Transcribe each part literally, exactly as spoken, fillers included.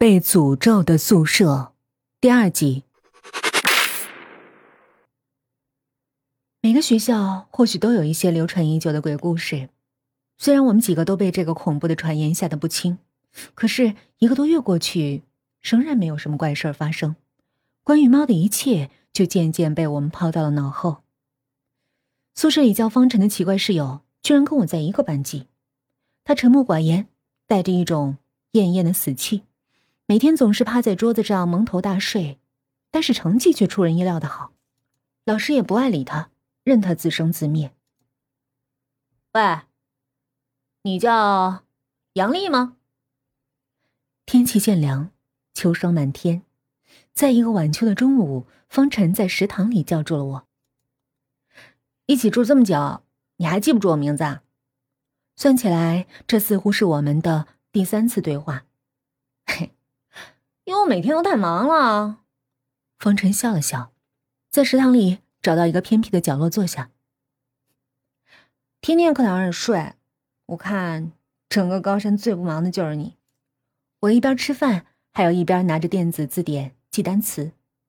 被诅咒的宿舍第二集。每个学校或许都有一些流传已久的鬼故事，虽然我们几个都被这个恐怖的传言吓得不轻，可是一个多月过去，仍然没有什么怪事发生。关于猫的一切就渐渐被我们抛到了脑后。宿舍里叫方晨的奇怪室友居然跟我在一个班级，他沉默寡言，带着一种厌厌的死气，每天总是趴在桌子上蒙头大睡，但是成绩却出人意料的好，老师也不爱理他，任他自生自灭。喂，你叫杨丽吗？天气渐凉，秋霜满天，在一个晚秋的中午，方晨在食堂里叫住了我。一起住这么久，你还记不住我名字啊？算起来，这似乎是我们的第三次对话。嘿，因为我每天都太忙了。方晨笑了笑，在食堂里找到一个偏僻的角落坐下。天天课堂上睡，我看整个高山最不忙的就是你。我一边吃饭，还有一边拿着电子字典记单词。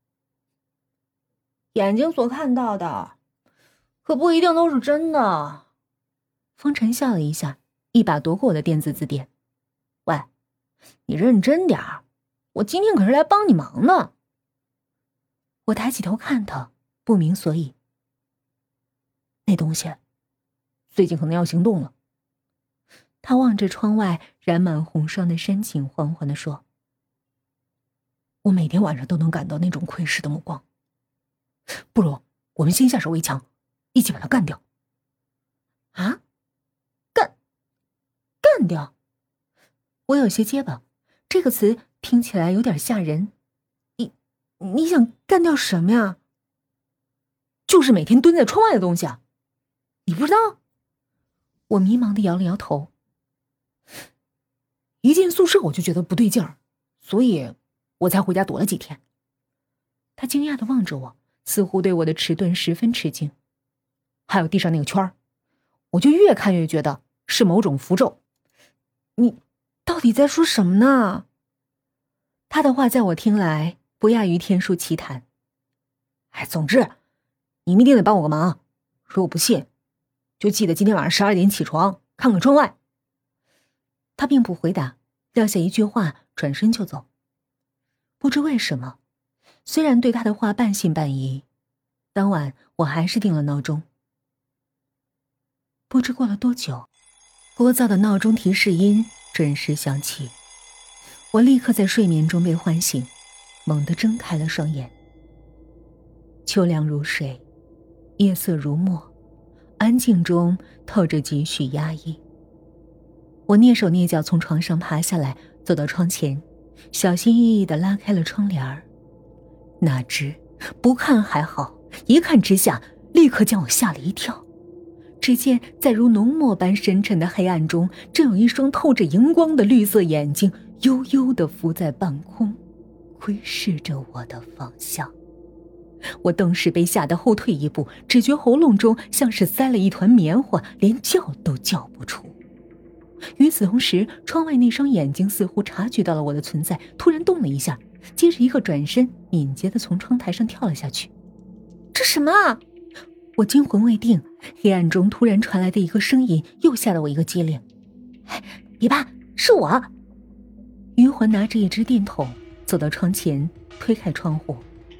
眼睛所看到的可不一定都是真的。方晨笑了一下，一把夺过我的电子字典。喂，你认真点儿，我今天可是来帮你忙的。我抬起头看他，不明所以。那东西最近可能要行动了。他望着窗外染满红霜的山景，缓缓地说：我每天晚上都能感到那种窥视的目光，不如我们先下手为强，一起把它干掉。啊？干干掉？我有些结巴，这个词听起来有点吓人。你你想干掉什么呀？就是每天蹲在窗外的东西啊，你不知道？我迷茫地摇了摇头。一进宿舍我就觉得不对劲儿，所以我才回家躲了几天。他惊讶地望着我，似乎对我的迟钝十分吃惊。还有地上那个圈儿，我就越看越觉得是某种符咒。你到底在说什么呢？他的话在我听来不亚于天书奇谈。哎，总之你们一定得帮我个忙，如果不信就记得今天晚上十二点起床，看看窗外。他并不回答，撂下一句话转身就走。不知为什么，虽然对他的话半信半疑，当晚我还是定了闹钟。不知过了多久，聒噪的闹钟提示音准时响起，我立刻在睡眠中被唤醒，猛地睁开了双眼。秋凉如水，夜色如墨，安静中透着几许压抑。我蹑手蹑脚从床上爬下来，走到窗前，小心翼翼地拉开了窗帘儿。哪知不看还好，一看之下立刻将我吓了一跳。只见在如浓墨般深沉的黑暗中，正有一双透着荧光的绿色眼睛悠悠地浮在半空，窥视着我的方向。我顿时被吓得后退一步，只觉喉咙中像是塞了一团棉花，连叫都叫不出。与此同时，窗外那双眼睛似乎察觉到了我的存在，突然动了一下，接着一个转身，敏捷地从窗台上跳了下去。这什么啊？我惊魂未定，黑暗中突然传来的一个声音又吓得我一个激灵。别怕，是我。余环拿着一只电筒走到窗前，推开窗户。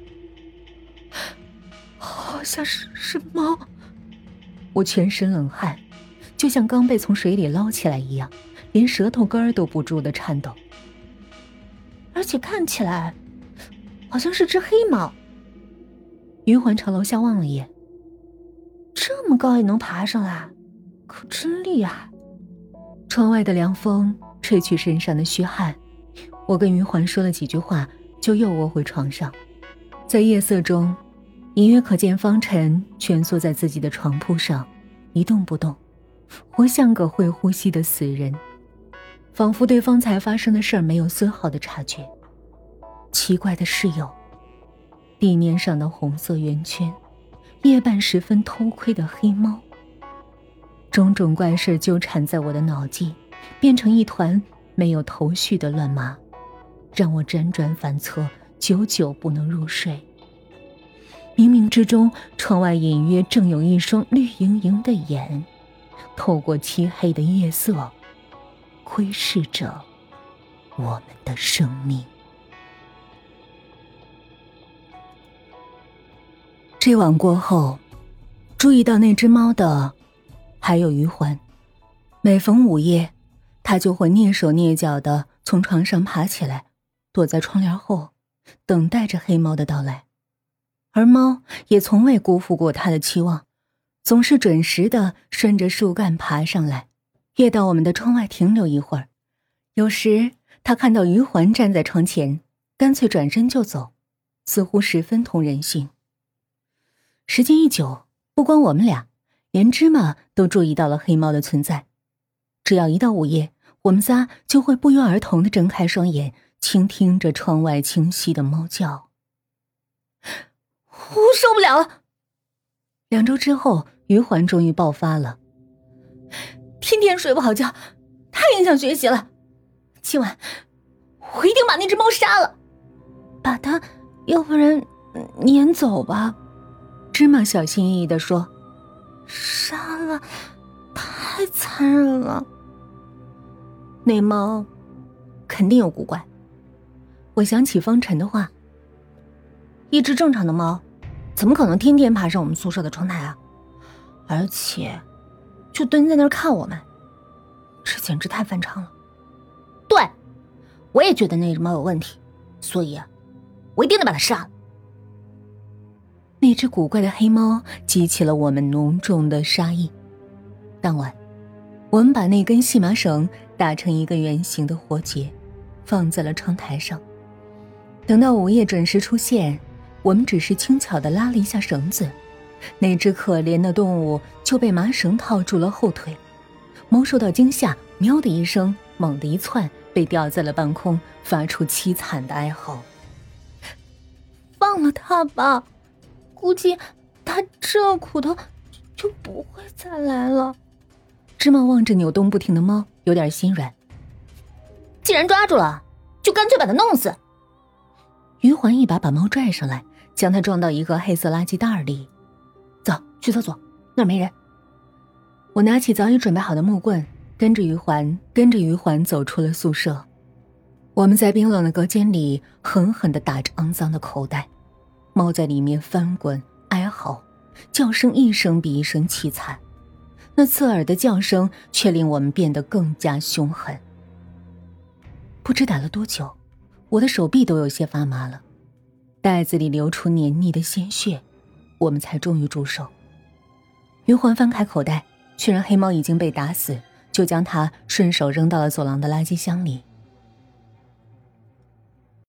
好像是是猫。我全身冷汗，就像刚被从水里捞起来一样，连舌头根儿都不住地颤抖。而且看起来好像是只黑猫。余环朝楼下望了一眼，这么高也能爬上来，可真厉害。窗外的凉风吹去身上的虚汗，我跟余环说了几句话，就又窝回床上。在夜色中，隐约可见方晨蜷缩在自己的床铺上，一动不动，活像个会呼吸的死人，仿佛对方才发生的事儿没有丝毫的察觉。奇怪的是有地面上的红色圆圈，夜半时分偷窥的黑猫，种种怪事纠缠在我的脑际，变成一团没有头绪的乱麻。 让我辗转反侧，久久不能入睡。冥冥之中，窗外隐约正有一双绿莹莹的眼，透过漆黑的夜色，窥视着我们的生命。这晚过后，注意到那只猫的还有余欢。每逢午夜，他就会蹑手蹑脚地从床上爬起来，躲在窗帘后，等待着黑猫的到来。而猫也从未辜负过他的期望，总是准时地顺着树干爬上来，跃到我们的窗外停留一会儿。有时他看到余环站在窗前，干脆转身就走，似乎十分通人性。时间一久，不光我们俩，连芝麻都注意到了黑猫的存在。只要一到午夜，我们仨就会不约而同地睁开双眼，倾听着窗外清晰的猫叫。我受不了了！两周之后，余环终于爆发了。天天睡不好觉，太影响学习了。今晚我一定把那只猫杀了。把它，要不然撵走吧。芝麻小心翼翼地说。杀了，太残忍了。那猫肯定有古怪。我想起方晨的话，一只正常的猫怎么可能天天爬上我们宿舍的窗台啊？而且就蹲在那儿看我们，这简直太反常了。对，我也觉得那只猫有问题，所以啊，我一定得把它杀了。那只古怪的黑猫激起了我们浓重的杀意。当晚，我们把那根细麻绳打成一个圆形的活结，放在了窗台上。等到午夜准时出现，我们只是轻巧地拉了一下绳子，那只可怜的动物就被麻绳套住了后腿。猫受到惊吓，喵的一声，猛地一窜，被吊在了半空，发出凄惨的哀嚎。放了它吧，估计它这苦头就不会再来了。芝麻望着扭动不停的猫，有点心软。既然抓住了，就干脆把它弄死。余环一把把猫拽上来，将它装到一个黑色垃圾袋里。走，去厕所，那儿没人。我拿起早已准备好的木棍，跟着余环跟着余环走出了宿舍。我们在冰冷的隔间里狠狠地打着肮脏的口袋，猫在里面翻滚哀嚎，叫声一声比一声凄惨，那刺耳的叫声却令我们变得更加凶狠。不知打了多久，我的手臂都有些发麻了，袋子里流出黏腻的鲜血，我们才终于住手。余环翻开口袋，确认黑猫已经被打死，就将它顺手扔到了走廊的垃圾箱里。